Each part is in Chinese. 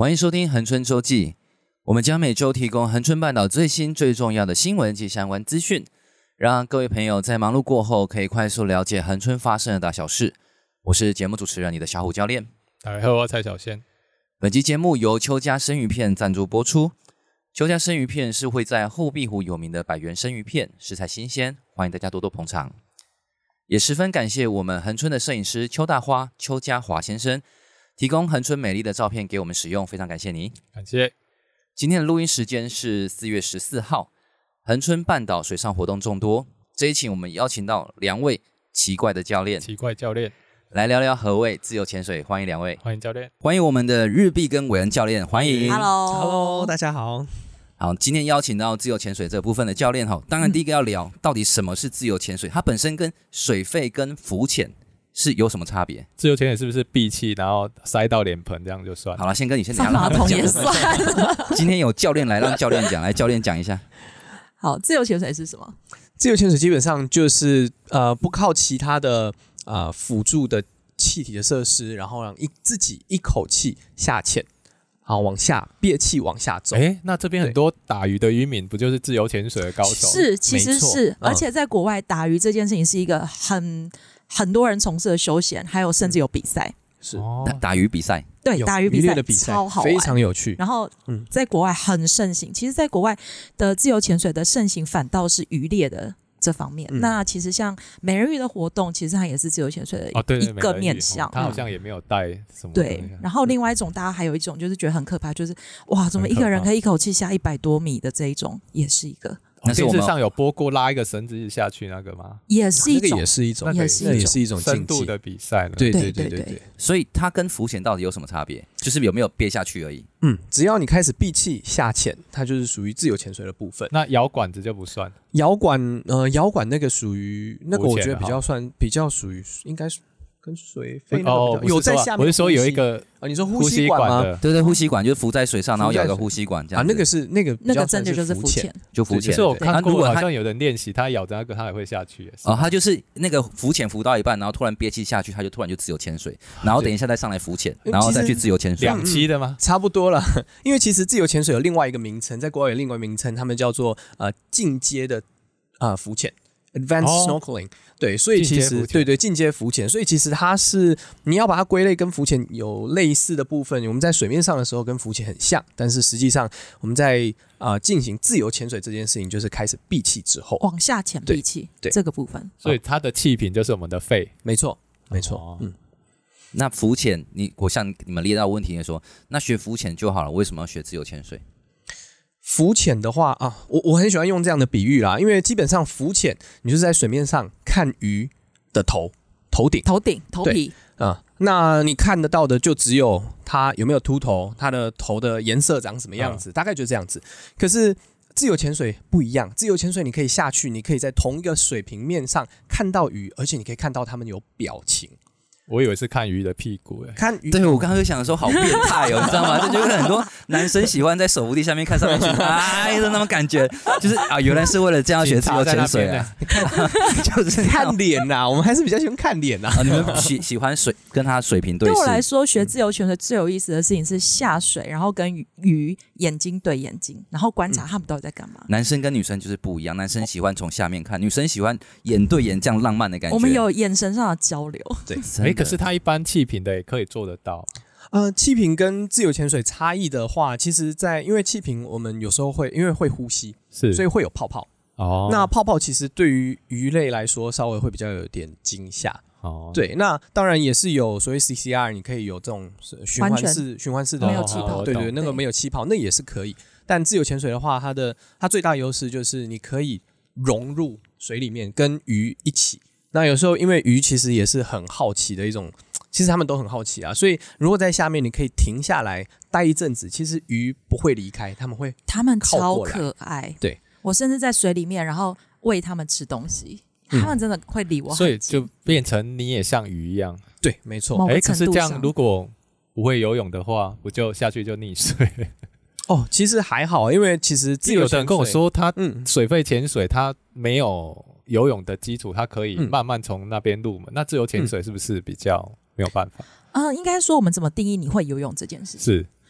欢迎收听恒春周记，我们将每周提供恒春半岛最新最重要的新闻及相关资讯，让各位朋友在忙碌过后可以快速了解恒春发生的大小事。我是节目主持人你的小虎教练。 大家好，我是蔡小仙。 本期节目由邱家生鱼片赞助播出。邱家生鱼片是会在后壁湖有名的百元生鱼片，食材新鲜，欢迎大家多多捧场。也十分感谢我们恒春的摄影师邱大花、邱家华先生，提供恒春美丽的照片给我们使用，非常感谢你。 感谢。 今天的录音时间是4月14号，恒春半岛水上活动众多，这一期我们邀请到2位奇怪的教练， 奇怪教练来聊聊何谓自由潜水。欢迎2位， 欢迎教练， 欢迎我们的日币跟韦恩教练，欢迎。 Hello， 大家好。 好，今天邀请到自由潜水这部分的教练，当然第一个要聊到底什么是自由潜水，它本身跟水肺跟浮潜是有什么差别？ 自由潜水是不是闭气然后塞到脸盆这样就算？ 好了，先跟你先上马桶也算。 今天有教练来，让教练讲，来教练讲一下。 好，自由潜水是什么？ 自由潜水基本上就是不靠其他的辅助的气体的设施，然后让自己一口气下潜，好往下憋气往下走。 那这边很多打鱼的渔民不就是自由潜水的高手？ 是，其实是，而且在国外打鱼这件事情是一个很多人从事的休闲，还有甚至有比赛。 是打鱼比赛， 对，打鱼比赛的比赛超好玩， 非常有趣。 然后在国外很盛行。其实，在国外的自由潜水的盛行，反倒是渔猎的这方面。那其实像美人鱼的活动，其实它也是自由潜水的一个面向。 它好像也没有带什么。 对，然后另外一种，大家还有一种就是觉得很可怕，就是哇，怎么一个人可以一口气下100多米的这一种，也是一个。 电视上有播过拉一个绳子一直下去那个吗？ 也是一种， 那个也是一种， 那也是一种深度的比赛呢。 对。 所以它跟浮潜到底有什么差别？就是有没有憋下去而已。 只要你开始闭气下潜，它就是属于自由潜水的部分。 那摇管子就不算。 摇管那个属于那个，我觉得比较属于应该是。跟水肺有在下面， 我是说有一个你说呼吸管吗？ 对，呼吸管就是浮在水上，然后有个呼吸管这样。 那个是那个真的就是浮潜， 就浮潜。 可是我看过，好像有人练习，他咬着那个他也会下去。 他就是那个浮潜浮到一半，然后突然憋气下去，他就突然就自由潜水，然后等一下再上来浮潜，然后再去自由潜水。 2期的吗？ 差不多了，因为其实自由潜水有另外一个名称，在国外有另外一个名称，他们叫做进阶的浮潜。Advanced snorkeling，对，所以其实对进阶浮潜，所以其实它是你要把它归类跟浮潜有类似的部分。我们在水面上的时候跟浮潜很像，但是实际上我们在进行自由潜水这件事情，就是开始闭气之后往下潜闭气，对这个部分。 所以它的气瓶就是我们的肺， 没错。 那浮潜，我像你们列到问题的说，那学浮潜就好了，为什么要学自由潜水？ 浮潜的话我很喜欢用这样的比喻啦，因为基本上浮潜你就是在水面上看鱼的头皮那你看得到的就只有它有没有秃头，它的头的颜色长什么样子，大概就这样子。可是自由潜水不一样，自由潜水你可以下去，你可以在同一个水平面上看到鱼，而且你可以看到它们有表情。 我以为是看鱼的屁股看鱼。 对，我刚刚就想说好变态你知道吗？这就是很多男生喜欢在手扶梯下面看上面去，的那种感觉，就是原来是为了这样学自由潜水就是看脸呐，我们还是比较喜欢看脸呐。 你们喜欢水跟他水平对视？ 对我来说，学自由潜水最有意思的事情是下水，然后跟鱼眼睛对眼睛，然后观察他们到底在干嘛。 男生跟女生就是不一样，男生喜欢从下面看，女生喜欢眼对眼这样浪漫的感觉。 我们有眼神上的交流。 对， 可是他一般气瓶的也可以做得到。 气瓶跟自由潜水差异的话，其实因为气瓶我们有时候因为会呼吸，所以会有泡泡。那泡泡其实对于鱼类来说稍微会比较有点惊吓。对，那当然也是有所谓 CCR， 你可以有这种循环式的没有气泡， 对，那个没有气泡，那也是可以。但自由潜水的话，它最大优势就是你可以融入水里面，跟鱼一起。那有时候因为鱼其实也是很好奇的一种，其实他们都很好奇啊，所以如果在下面你可以停下来待一阵子，其实鱼不会离开，他们超可爱。 对， 我甚至在水里面，然后喂他们吃东西，他们真的会离我很近， 所以就变成你也像鱼一样。 对，没错。 可是这样如果不会游泳的话，不就下去就溺水？ 其实还好，因为其实自由潜水， 有的人跟我说他水肺潜水他没有游泳的基础，他可以慢慢从那边入门。那自由潜水是不是比较没有办法？ 应该说我们怎么定义你会游泳这件事情？ 是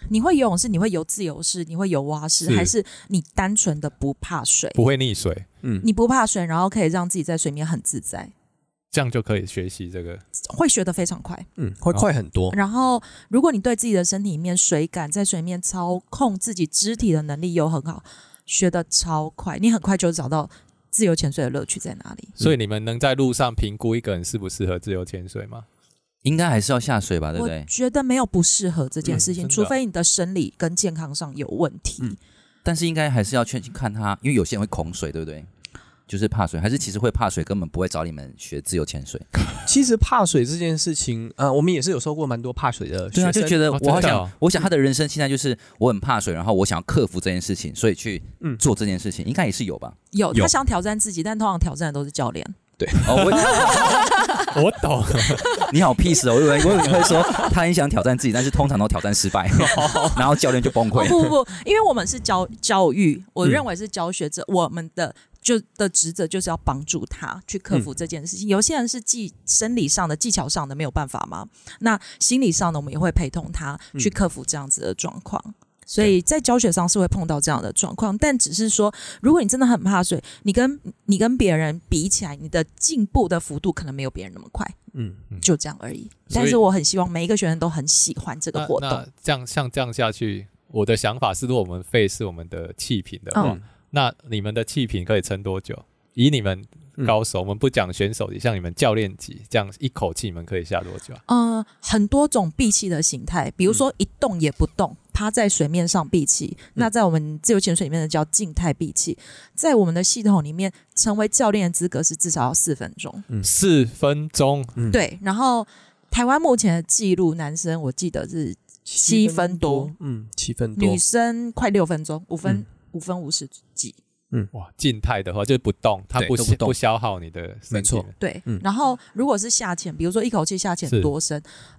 你会游泳是你会游自由式，你会游蛙式，还是你单纯的不怕水， 不会溺水？ 你不怕水，然后可以让自己在水面很自在， 这样就可以学习这个， 会学得非常快， 会快很多。 然后，如果你对自己的身体里面水感，在水面操控自己肢体的能力又很好，学得超快，你很快就找到自由潜水的乐趣在哪里。 所以你们能在路上评估一个人适不适合自由潜水吗？ 应该还是要下水吧，对不对？ 我觉得没有不适合这件事情，除非你的生理跟健康上有问题。 但是应该还是要去看他，因为有些人会恐水，对不对？就是怕水，还是其实会怕水，根本不会找你们学自由潜水。 其实怕水这件事情，我们也是有收过蛮多怕水的学生， 对啊，就觉得我想他的人生现在就是我很怕水，然后我想要克服这件事情，所以去做这件事情，应该也是有吧？ 有，他想挑战自己，但通常挑战的都是教练。 对， 我懂。 你好 peace 哦，我以为你会说他很想挑战自己，但是通常都挑战失败，然后教练就崩溃。 不，因为我们是教育，我认为是教学者，我们的职责就是要帮助他去克服这件事情。有些人是生理上的、技巧上的没有办法嘛，那心理上的我们也会陪同他去克服这样子的状况。所以在教学上是会碰到这样的状况，但只是说，如果你真的很怕水，你跟别人比起来，你的进步的幅度可能没有别人那么快，就这样而已。但是我很希望每一个学生都很喜欢这个活动。 那这样下去，我的想法是，如果我们肺是我们的气瓶的话，那你们的气瓶可以撑多久？以你们高手，我们不讲选手级，像你们教练级，这样一口气你们可以下多久？ 很多种闭气的形态，比如说一动也不动，趴在水面上闭气。那在我们自由潜水里面的叫静态闭气。在我们的系统里面，成为教练的资格是至少要4分钟。 4分钟， 对。然后台湾目前的记录，男生我记得是7分多 ，7分多， 女生快6分钟，5分50几。 哇，静态的话就是不动，它不消耗你的身体。 没错， 对。然后如果是下潜，比如说一口气下潜多深，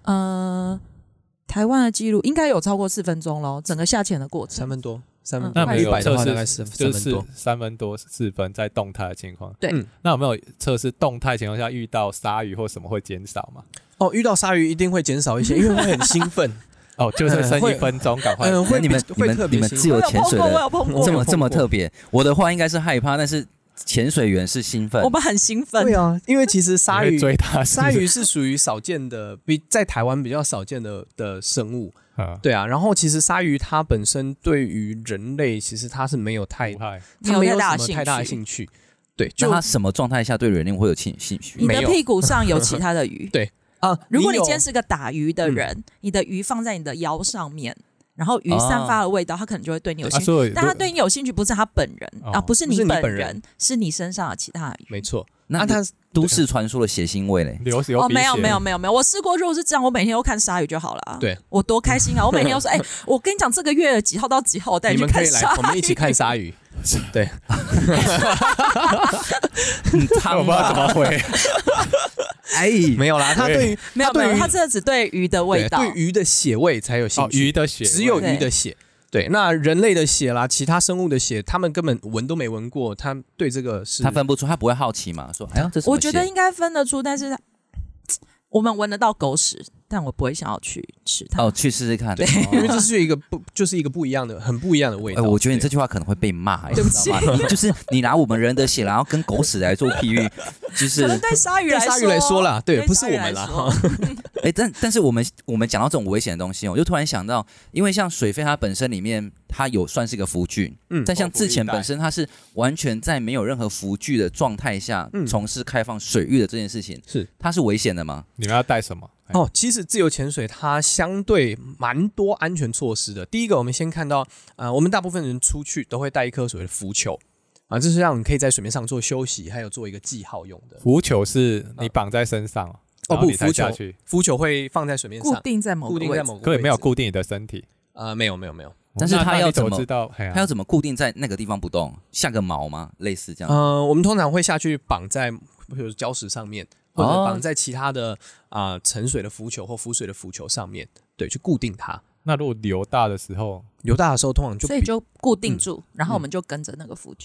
台湾的记录应该有超过4分钟咯，整个下潜的过程。 3分多，3分多。 那没有 100的话大概就是 3分多 ，3分多4分在动态的情况。 对， 那有没有测试动态情况下遇到鲨鱼或什么会减少吗？ 遇到鲨鱼一定会减少一些，因为会很兴奋。 就是剩1分钟，赶快。 你们自由潜水的这么特别，我的话应该是害怕，但是潜水员是兴奋。 我们很兴奋。 对啊，因为其实鲨鱼追它， 鲨鱼是属于少见的，在台湾比较少见的生物。对啊，然后其实鲨鱼它本身对于人类其实它是没有什么太大的兴趣。对， 就它什么状态下对人类会有兴趣？ 你的屁股上有其他的鱼。 对。 如果你今天是个打鱼的人，你的鱼放在你的腰上面，然后鱼散发的味道，它可能就会对你有兴趣。但它对你有兴趣不是它本人不是你本人，是你身上的其他鱼。 没错。 那它都市传说的血腥味嘞？ 没有，我试过，如果是这样，我每天都看鲨鱼就好了。 对， 我多开心啊！我每天都说，我跟你讲，这个月几号到几号，我带你去看鲨鱼。 我们一起看鲨鱼。对。 我不知道怎么回。 没有啦，他对于没有，他这只对鱼的味道， 对鱼的血味才有兴趣。 鱼的血， 只有鱼的血。对，那人类的血啦，其他生物的血，他们根本闻都没闻过，他对这个是他分不出，他不会好奇嘛？说哎呀，这什么血？ 我觉得应该分得出，但是我们闻得到狗屎，但我不会想要去吃它。 去试试看。 对， 因为这是一个不一样的、很不一样的味道。 我觉得你这句话可能会被骂， 对不起， 就是你拿我们人的血，然后跟狗屎来做譬喻，就是可能对鲨鱼来说啦，对，不是我们啦。 但是我们讲到这种危险的东西，我就突然想到，因为像水肺它本身里面它有算是一个浮具，但像自潜本身它是完全在没有任何浮具的状态下从事开放水域的这件事情，它是危险的吗？ 你们要带什么？ 其实自由潜水它相对蛮多安全措施的。第一个，我们先看到，我们大部分人出去都会带一颗所谓的浮球这是让你可以在水面上做休息，还有做一个记号用的。 浮球是你绑在身上不，浮球会放在水面上， 固定在某个位置， 可以没有固定你的身体。 没有。 但是它要怎么知道？ 它要怎么固定在那个地方不动？下个锚吗？类似这样。 我们通常会下去绑在比如礁石上面，或者绑在其他的沉水的浮球或浮水的浮球上面，对，去固定它。 那如果流大的时候， 通常所以就固定住，然后我们就跟着那个浮具。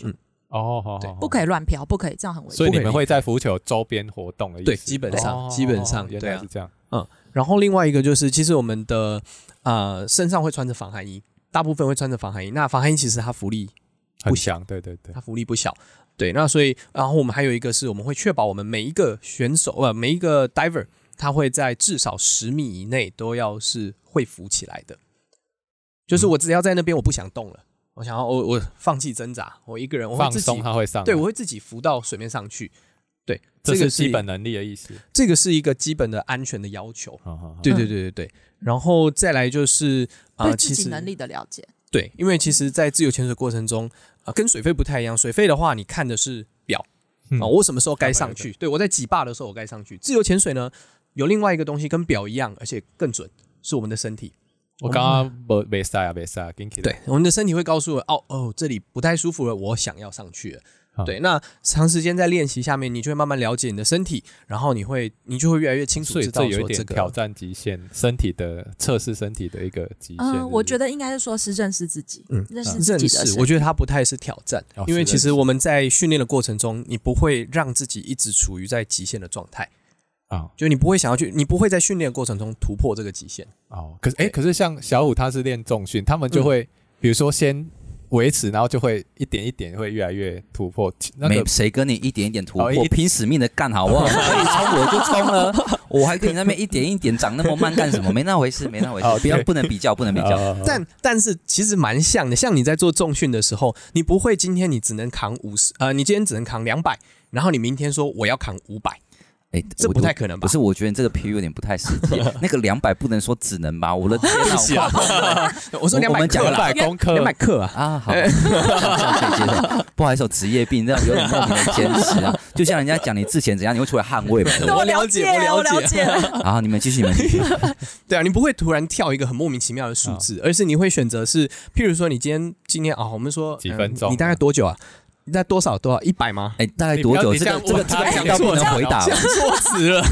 对，不可以乱飘，不可以，这样很危险。 所以你们会在浮球周边活动的意思？ 对，基本上原来是这样。 然后另外一个就是，其实我们的身上会穿着防寒衣，大部分会穿着防寒衣。那防寒衣其实它浮力不小， 对， 它浮力不小。对，那所以然后我们还有一个是我们会确保我们每一个选手每一个 diver 他会在至少10米以内都要是会浮起来的。就是我只要在那边我不想动了，我想要我放弃挣扎，我一个人我会自己放松，它会上来。 对，我会自己浮到水面上去。对， 这是基本能力的意思。 这个是一个基本的安全的要求。对。然后再来就是对自己能力的了解。 对，因为其实在自由潜水过程中跟水肺不太一样。水肺的话你看的是表我什么时候该上去，对，我在几bar的时候我该上去。自由潜水呢有另外一个东西跟表一样而且更准，是我们的身体。 我刚刚没塞， 对，我们的身体会告诉我这里不太舒服了，我想要上去了。对，那长时间在练习下面，你就会慢慢了解你的身体，然后你就会越来越清楚知道说有一点挑战极限，身体的测试身体的一个极限。 我觉得应该是说是认识自己，认识自己的身体。 我觉得它不太是挑战，因为其实我们在训练的过程中，你不会让自己一直处于在极限的状态。就你不会想要去，你不会在训练的过程中突破这个极限。 可是像小虎他是练重训，他们就会比如说先维持，然后就会一点一点会越来越突破。 没谁跟你一点一点突破，拼死命的干好不好？可以冲我就冲了，我还跟你那边一点一点长那么慢干什么？没那回事，不能比较。 但是其实蛮像的，像你在做重训的时候，你不会今天你只能扛50，你今天只能扛200，然后你明天说我要扛500。这不太可能吧？ 不是，我觉得你这个比喻有点不太实际。那个200不能说只能吧？我的天啊！ 我说200公克，200克好，这样可以接受。不好意思，职业病，这样有点莫名的坚持啊。就像人家讲你之前怎样，你会出来捍卫吗？ 我了解。 好，你们继续。 对啊，你不会突然跳一个很莫名其妙的数字，而是你会选择是，譬如说你今天我们说几分钟， 你大概多久啊？你在多少100吗？ 大概多久？这个讲到不能回答， 讲错词了。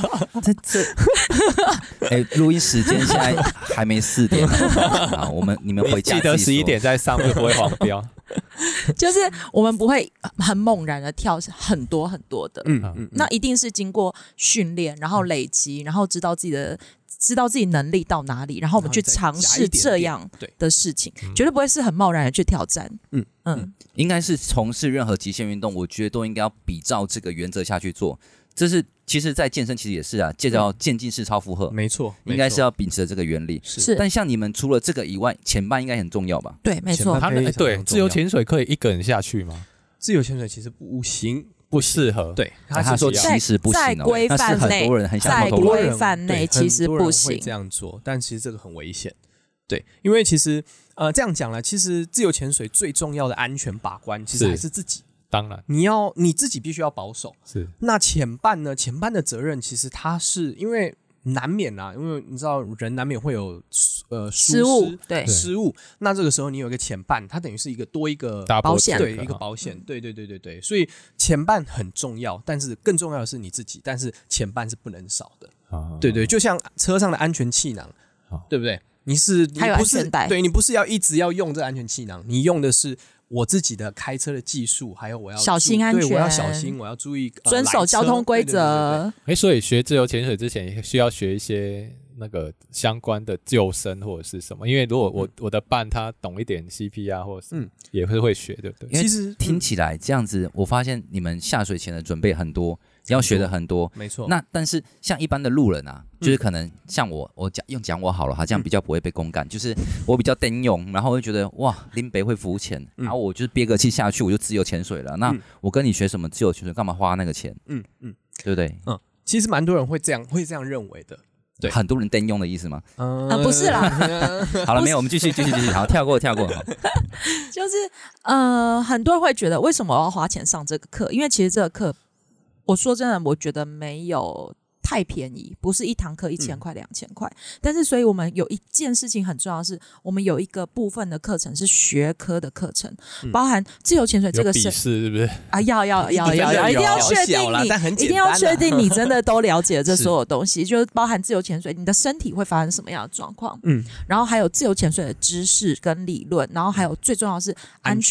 录音时间现在还没4点。好，你们回家记得11点再上，就不会黄标。 就是我们不会很猛然的跳很多很多的，那一定是经过训练，然后累积，然后知道自己能力到哪里，然后我们去尝试这样的事情，绝对不会是很贸然的去挑战。 应该是从事任何极限运动，我觉得都应该要比照这个原则下去做。这是其实在健身其实也是叫渐进式超负荷， 没错， 应该是要秉持这个原理。 是， 但像你们除了这个以外，前半应该很重要吧？ 对，没错。 对，自由潜水可以一个人下去吗？ 自由潜水其实不行。 不适合， 对， 他说其实不行， 在规范内， 很多人很想在规范内其实不行， 会这样做，但其实这个很危险。对，因为其实这样讲了，其实自由潜水最重要的安全把关，其实还是自己。 当然， 你自己必须要保守。 是， 那前半的责任，其实它是因为难免因为你知道人难免会有失误，对失误。那这个时候你有一个前半，它等于是多一个保险， 对，一个保险。对。所以前半很重要，但是更重要的是你自己，但是前半是不能少的。对，就像车上的安全气囊，对不对？你不是对你不是要一直要用这安全气囊，你用的是我自己的开车的技术，还有我要小心安全， 对，我要小心，我要注意遵守交通规则。 所以学自由潜水之前需要学一些那个相关的救生或者是什么？因为如果我的伴他懂一点 CPR 或者是也会学，对不对？ 其实听起来这样子，我发现你们下水前的准备很多。要学的很多， 没错。 那但是像一般的路人就是可能像我讲我好了，这样比较不会被公干。就是我比较灯勇，然后我就觉得哇，林北会浮潜，然后我就是憋个气下去，我就自由潜水了。那我跟你学什么自由潜水，干嘛花那个钱？对不对？ 其实蛮多人会这样认为的。对， 很多人灯用的意思吗？ 不是啦。 好了，没有，我们继续。好，跳过。 就是很多人会觉得，为什么我要花钱上这个课？因为其实这个课。我说真的，我觉得没有太便宜，不是一堂课1000块、2000块。但是，所以我们有一件事情很重要的是，我们有一个部分的课程是学科的课程，包含自由潜水这个笔试，是不是？ 要，一定要确定一定要确定你真的都了解这所有东西，就是包含自由潜水，你的身体会发生什么样的状况，然后还有自由潜水的知识跟理论，然后还有最重要的是安全。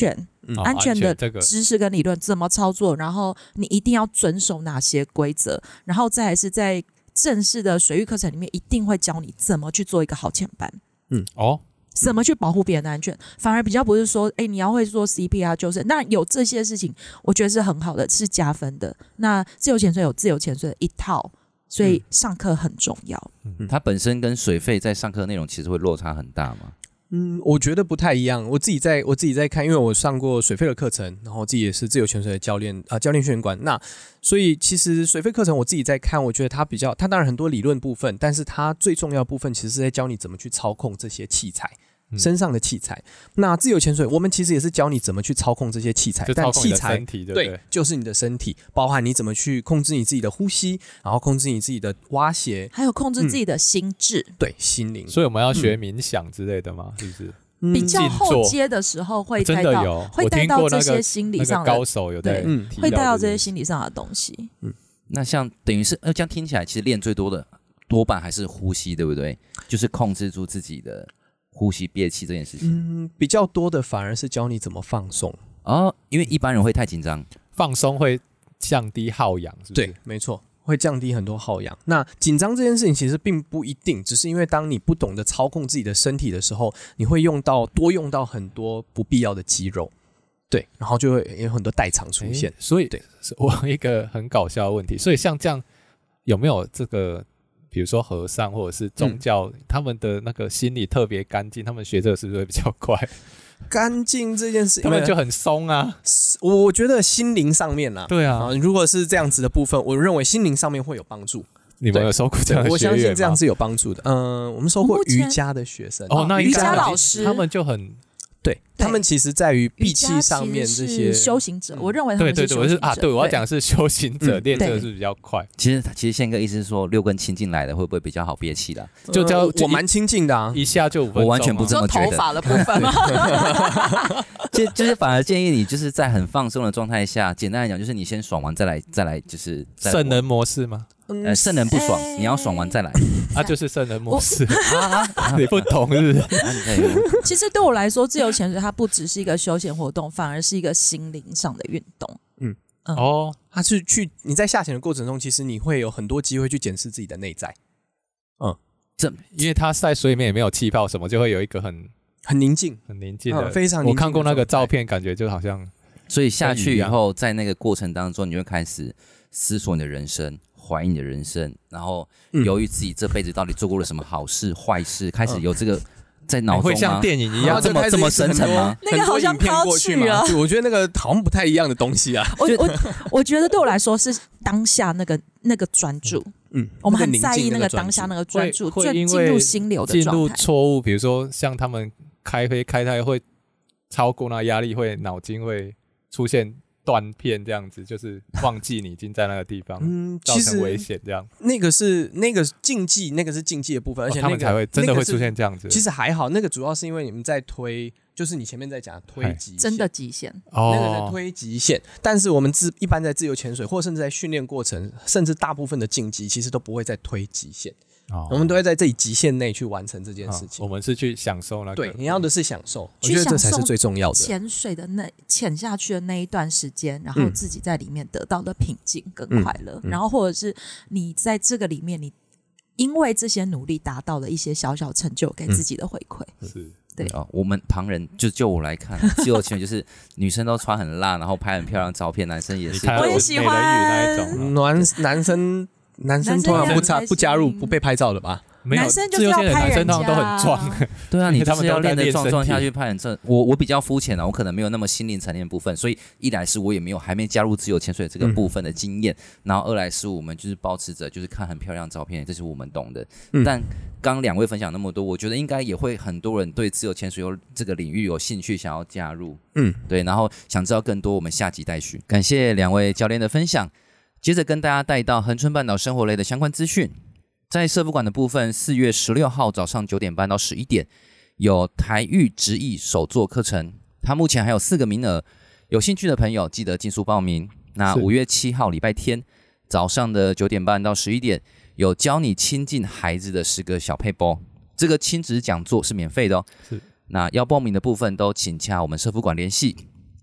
安全的知识跟理论怎么操作，然后你一定要遵守哪些规则，然后再来是在正式的水域课程里面一定会教你怎么去做一个好前班。怎么去保护别人的安全，反而比较不是说，你要会做 CPR 救生，那有这些事情，我觉得是很好的，是加分的。那自由潜水有自由潜水的一套，所以上课很重要。 它本身跟水费在上课内容其实会落差很大吗？ 我觉得不太一样。我自己在看，因为我上过水肺的课程，然后自己也是自由潜水的教练训练官。那所以其实水肺课程我自己在看，我觉得它当然很多理论部分，但是它最重要的部分其实是在教你怎么去操控这些器材。身上的器材，那自由潜水我们其实也是教你怎么去操控这些器材，但器材对就是你的身体，包含你怎么去控制你自己的呼吸，然后控制你自己的蛙鞋， 还有控制自己的心智， 对心灵。 所以我们要学冥想之类的吗？是不是？ 比较后阶的时候会带到这些心理上的高手有在会带到这些心理上的东西。 那像等于是这样听起来，其实练最多的多半还是呼吸，对不对？就是控制住自己的呼吸憋气这件事情。 比较多的反而是教你怎么放松因为一般人会太紧张， 放松会降低耗氧，是不是？ 对，没错，会降低很多耗氧。那紧张这件事情其实并不一定，只是因为当你不懂得操控自己的身体的时候，你会多用到很多不必要的肌肉，对，然后就会有很多代偿出现。 所以我有一个很搞笑的问题，所以像这样有没有这个？比如说和尚或者是宗教，他们的那个心里特别干净，他们学这个是不是会比较快？ 干净这件事， 他们就很松啊。 我觉得心灵上面对啊， 如果是这样子的部分，我认为心灵上面会有帮助。 你们有收过这样的学员吗？ 我相信这样是有帮助的。我们收过瑜伽的学生那瑜伽老师他们就很。 对，他们其实在于闭气上面这些修行者，我认为他们是修行者。 对，我要讲的是修行者练这个是比较快。 其实宪哥意思是说，六根清净来的会不会比较好憋气的？ 我蛮清净的一下就5分钟。 我完全不这么觉得。 头发的部分吗？ 就是反而建议你就是在很放松的状态下，简单来讲就是你先爽完再来就是圣人模式吗？ 圣人不爽，你要爽完再来。 就是圣人模式。你不懂是不是？ 其实对我来说，自由潜水它不只是一个休闲活动，反而是一个心灵上的运动。 它是你在下潜的过程中，其实你会有很多机会去检视自己的内在。 因为它在水里面也没有气泡什么，就会有一个很宁静的， 非常宁静。 我看过那个照片，感觉就好像。 所以下去以后，在那个过程当中，你会开始思索你的人生。怀疑你的人生，然后犹豫自己这辈子到底做过了什么好事坏事，开始有这个在脑中吗？ 会像电影一样这么深沉吗？ 那个好像抛弃了， 我觉得那个好像不太一样的东西啊。 我觉得对我来说是当下那个专注，我们很在意那个当下那个专注，进入心流的状态。 进入错误，比如说像他们开太会超过那压力，会脑筋会出现。断片这样子，就是忘记你已经在那个地方，造成危险这样。 那个是竞技，那个是竞技的部分，而且他们才会真的会出现这样子。 其实还好，那个主要是因为你们在推，就是你前面在讲推极限， 真的极限， 那个在推极限。但是我们一般在自由潜水，或甚至在训练过程，甚至大部分的竞技，其实都不会在推极限。我们都会在这里极限内去完成这件事情。 我们是去享受那个。 对，你要的是享受，我觉得这才是最重要的。 潜水的潜下去的那一段时间，然后自己在里面得到的平静跟快乐，然后或者是你在这个里面，你因为这些努力达到了一些小小成就，给自己的回馈。 是。 对我们旁人就我来看，自由潜水就是女生都穿很辣，然后拍很漂亮的照片，男生也是。 我也喜欢那一种。 男生通常不加入不被拍照的吧？ 男生就是要拍人家， 男生通常都很壮。 对啊，你就是要练得壮下去拍很正。我比较肤浅啊，我可能没有那么心灵层面的部分，所以一来是我也还没加入自由潜水这个部分的经验，然后二来是我们就是保持着就是看很漂亮的照片，这是我们懂的。但刚两位分享那么多，我觉得应该也会很多人对自由潜水这个领域有兴趣，想要加入。对，然后想知道更多，我们下集待续。感谢两位教练的分享。接着跟大家带到恒春半岛生活类的相关资讯。在社福馆的部分，4月16号早上9点半到11点有台语直译手作课程，它目前还有4个名额，有兴趣的朋友记得尽速报名。那5月7号礼拜天早上的9点半到11点有教你亲近孩子的10个小撇步，这个亲子讲座是免费的哦。 是。 那要报名的部分都请洽我们社福馆联系。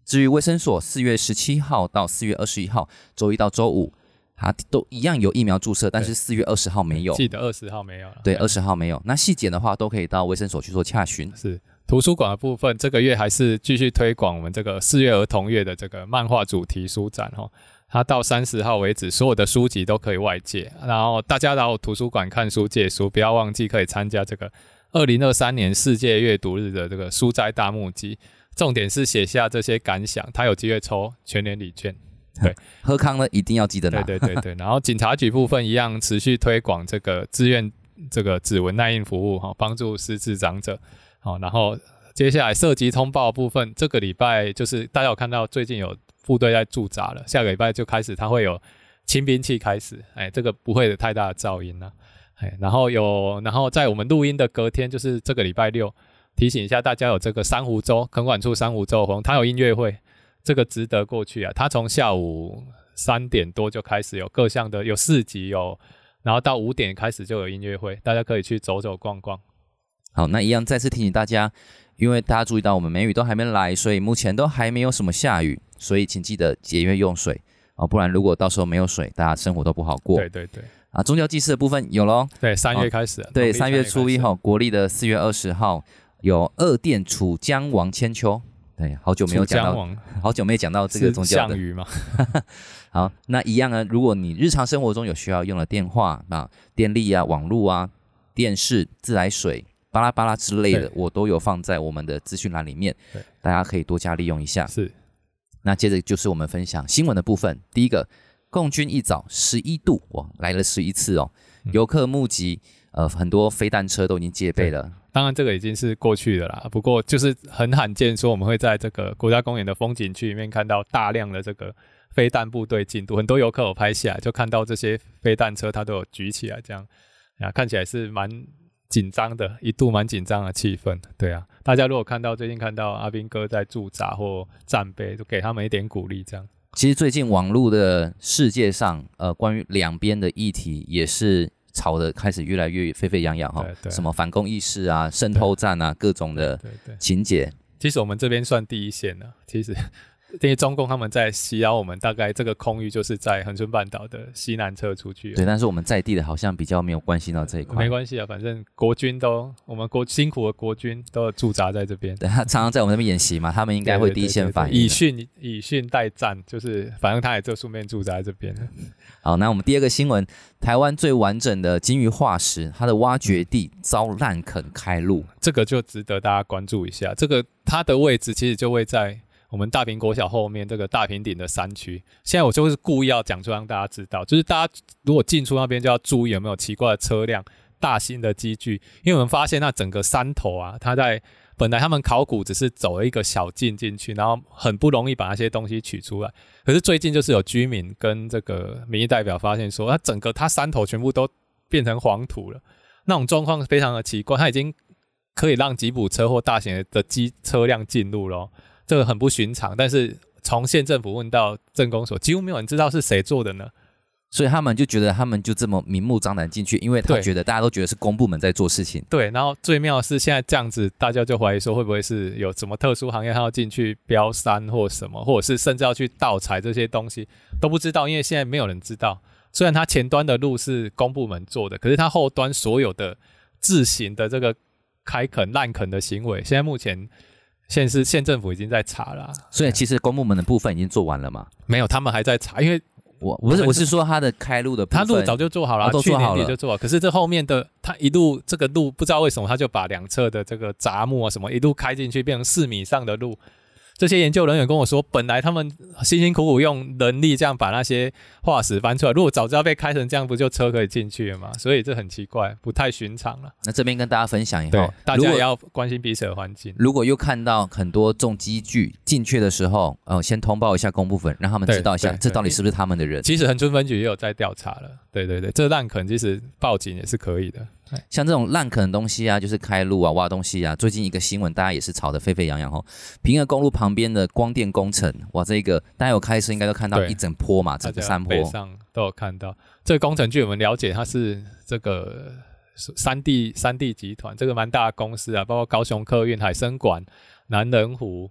至于卫生所4月17号到4月21号，周一到周五，它都一样有疫苗注射，但是4月20号没有。 记得20号没有了。 对，20号没有。那细节的话，都可以到卫生所去做洽询。 是图书馆的部分，这个月还是继续推广我们这个4月儿童月的这个漫画主题书展哦。它到30号为止，所有的书籍都可以外借，然后大家到图书馆看书借书，不要忘记可以参加这个2023年世界阅读日的这个书斋大募集。重点是写下这些感想，他有机会抽全年礼券。对， 喝康呢一定要记得拿。 对。然后警察局部分一样持续推广这个自愿这个指纹捺印服务，帮助失智长者。然后接下来射击通报的部分，这个礼拜就是大家有看到最近有部队在驻扎了，下个礼拜就开始它会有轻兵器开始，这个不会有太大的噪音了。然后在我们录音的隔天，就是这个礼拜六。提醒一下大家，有这个珊瑚洲垦管处珊瑚洲活动，它有音乐会，这个值得过去啊。它从下午3点多就开始有各项的，有市集然后到5点开始就有音乐会，大家可以去走走逛逛。 好，那一样再次提醒大家，因为大家注意到我们梅雨都还没来，所以目前都还没有什么下雨，所以请记得节约用水不然如果到时候没有水，大家生活都不好过。 对宗教祭祀的部分有咯。 对，3月开始了。 对，3月初1号，国历的4月20号。有二殿楚江王千秋，对，好久没有讲到这个宗教的项羽吗？ 好，那一样呢，如果你日常生活中有需要用的电话电力网络电视、自来水、巴拉巴拉之类的，我都有放在我们的资讯栏里面，大家可以多加利用一下。 是。 那接着就是我们分享新闻的部分。第一个，共军一早11度，哇，来了11次哦，游客目击，很多飞弹车都已经戒备了。 当然这个已经是过去的啦，不过就是很罕见说我们会在这个国家公园的风景区里面看到大量的这个飞弹部队进度，很多游客有拍下来，就看到这些飞弹车它都有举起来，这样看起来是蛮紧张的，一度蛮紧张的气氛。对啊，大家如果最近看到阿兵哥在驻扎或战备，就给他们一点鼓励这样。 其实最近网络的世界上关于两边的议题也是吵得开始越来越沸沸扬扬什么反共意识渗透战各种的情节。 其实我们这边算第一线了，其实因为中共他们在袭扰我们，大概这个空域就是在恒春半岛的西南侧出去。 对，但是我们在地的好像比较没有关心到这一块。 没关系反正国军我们辛苦的国军都驻扎在这边。 对，他常常在我们那边演习嘛，他们应该会第一线反应。 以训代战，就是反正他也就顺便驻扎在这边。 好，那我们第二个新闻，台湾最完整的金鱼化石，它的挖掘地遭滥垦开路， 这个就值得大家关注一下。这个它的位置其实就会在我们大坪国小后面这个大坪顶的山区。现在我就是故意要讲出让大家知道，就是大家如果进出那边就要注意有没有奇怪的车辆、大型的机具，因为我们发现那整个山头它本来他们考古只是走了一个小径进去，然后很不容易把那些东西取出来。可是最近就是有居民跟这个民意代表发现说，它山头全部都变成黄土了，那种状况非常的奇怪，它已经可以让吉普车或大型的车辆进入了这个很不寻常。但是从县政府问到镇公所，几乎没有人知道是谁做的呢。 所以他们就觉得他们就这么明目张胆进去，因为他觉得大家都觉得是公部门在做事情。 对，然后最妙的是现在这样子，大家就怀疑说会不会是有什么特殊行业他要进去标山或什么，或者是甚至要去盗采这些东西都不知道，因为现在没有人知道。虽然它前端的路是公部门做的，可是它后端所有的自行的这个开垦滥垦的行为，现在目前县政府已经在查了。 所以其实公部门的部分已经做完了吗？ 没有，他们还在查，因为我是说他的开路的部分， 他路早就做好了，去年底就做好。可是这后面的他一路这个路不知道为什么他就把两侧的这个杂木什么一路开进去，变成4米以上的路。这些研究人员跟我说，本来他们辛辛苦苦用人力这样把那些化石翻出来，如果早知道被开成这样，不就车可以进去了吗？所以这很奇怪，不太寻常了。 那这边跟大家分享以后， 大家也要关心彼此的环境。 如果又看到很多重机具进去的时候，先通报一下公部门，让他们知道一下这到底是不是他们的人。 其实恒春分局也有在调查了，对，这滥垦其实报警也是可以的。 像这种滥垦的东西就是开路挖东西最近一个新闻大家也是吵得沸沸扬扬平和公路旁边的光电工程，哇，这个大家有开车应该都看到一整坡嘛，整个山坡北上都有看到。这个工程据我们了解，它是这个三地集团，这个蛮大的公司包括高雄客运、海参馆、南仁湖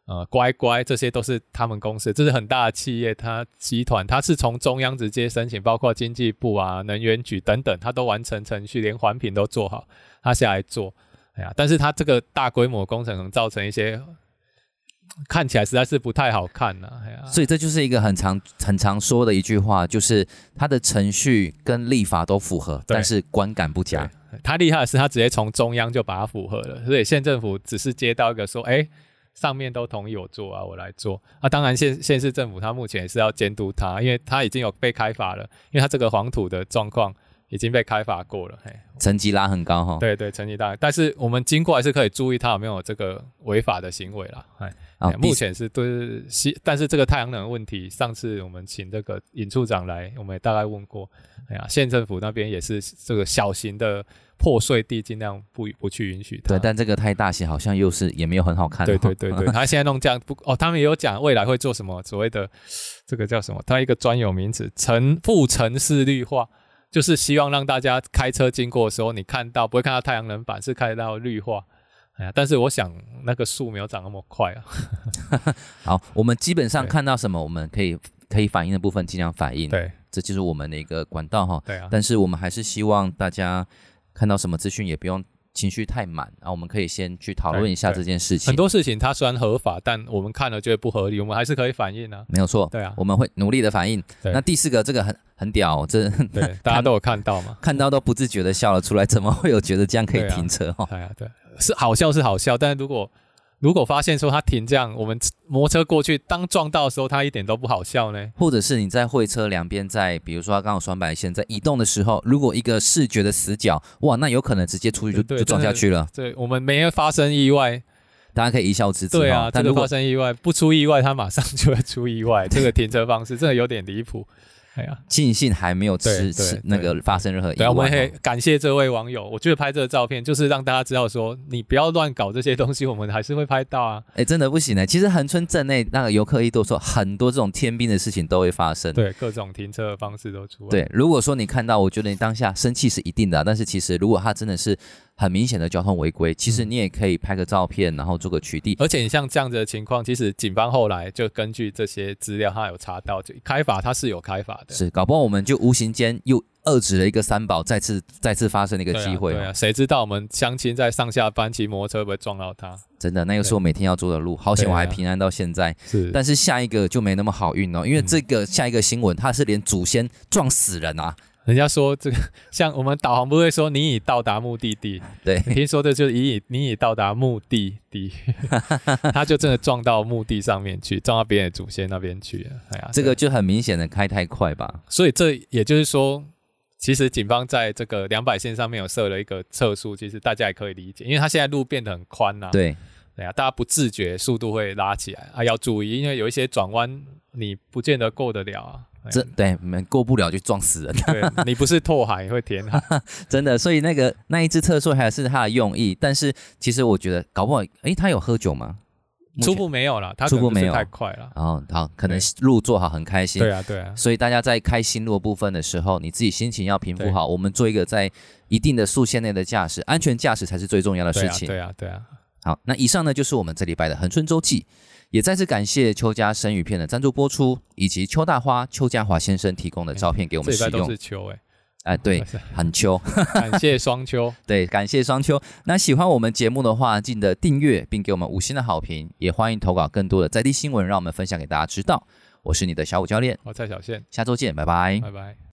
乖乖，这些都是他们公司，这是很大的企业，它集团它是从中央直接申请，包括经济部啊、能源局等等，它都完成程序，连环评都做好，它下来做。但是它这个大规模工程可能造成一些看起来实在是不太好看所以这就是一个很常说的一句话，就是它的程序跟立法都符合，但是观感不佳。 他厉害的是他直接从中央就把它符合了，所以县政府只是接到一个说上面都同意我做啊，我来做当然县市政府他目前也是要监督他，因为他已经有被开发了，因为他这个黄土的状况已经被开发过了， 层级拉很高对对，层级大，但是我们经过还是可以注意他有没有这个违法的行为啦。目前是对，但是这个太阳能的问题，上次我们请这个尹处长来，我们也大概问过，县政府那边也是这个小型的破碎地尽量不去允许它。 对，但这个太大型好像也没有很好看。 对对对对，他现在弄这样他们也有讲未来会做什么所谓的这个叫什么，它一个专有名词，副城市绿化。就是希望让大家开车经过的时候，你不会看到太阳能板，是看到绿化。但是我想那个树没有长那么快好，我们基本上看到什么，我们可以反映的部分尽量反映。 对， 这就是我们的一个管道对啊。 但是我们还是希望大家看到什么资讯也不用情绪太满，然后我们可以先去讨论一下这件事情。 很多事情它虽然合法，但我们看了觉得不合理，我们还是可以反映没有错。 对啊， 我们会努力的反映。那第4个这个很屌，这对大家都有看到嘛？ 看到都不自觉的笑了出来，怎么会有觉得这样可以停车对，是好笑是好笑，但是如果发现说他停这样，我们摩托车过去，当撞到的时候，他一点都不好笑呢。 或者是你在会车两边比如说他刚好双白线在移动的时候，如果一个视觉的死角，哇，那有可能直接出去就撞下去了。 对，我们没发生意外， 大家可以一笑置之。 对啊，但如果发生意外，不出意外，他马上就会出意外。这个停车方式真的有点离谱。 庆幸还没有那个发生任何意外。 对，我们也感谢这位网友。我觉得拍这个照片就是让大家知道说，你不要乱搞这些东西，我们还是会拍到啊。 真的不行其实恒春镇内那个游客一多说，很多这种天兵的事情都会发生。 对，各种停车的方式都出来。 对，如果说你看到，我觉得你当下生气是一定的但是其实如果他真的是很明显的交通违规，其实你也可以拍个照片，然后做个取缔。 而且你像这样子的情况，其实警方后来就根据这些资料，他有查到，就开罚他是有开罚的。 是，搞不好我们就无形间又遏制了一个三宝再次发生的一个机会。 对啊，谁知道我们乡亲在上下班骑摩托车会不会撞到他？真的，那个是我每天要做的路，好险我还平安到现在。 是， 但是下一个就没那么好运因为这个下一个新闻，他是连祖先撞死人啊。 人家说这个，像我们导航不会说你已到达目的地， 对， 听说的就是你已到达目的地，他就真的撞到墓地上面去，撞到别人的祖先那边去了。 这个就很明显的开太快吧。 所以这也就是说，其实警方在这个200线上面有设了一个测速，其实大家也可以理解，因为它现在路变得很宽对啊，大家不自觉速度会拉起来要注意，因为有一些转弯你不见得过得了对，你们过不了就撞死人。 对，你不是拓海会填海。 真的，所以那一支测速还是他的用意，但是其实我觉得搞不好，他有喝酒吗？ 初步没有啦，他可能就是太快了。 好，可能路做好很开心。 对啊。 所以大家在开新路部分的时候，你自己心情要平复好。我们做一个在一定的速限内的驾驶，安全驾驶才是最重要的事情。 对啊。 好，那以上呢就是我们这礼拜的恒春周记。也再次感谢邱家生鱼片的赞助播出，以及邱大花、邱家华先生提供的照片给我们使用。 这礼拜都是邱对，很秋， 感谢双秋。 对，感谢双秋。那喜欢我们节目的话，记得订阅并给我们5星的好评，也欢迎投稿更多的在地新闻，让我们分享给大家知道。我是你的小武教练， 我蔡小宪， 下周见，拜拜， 拜拜。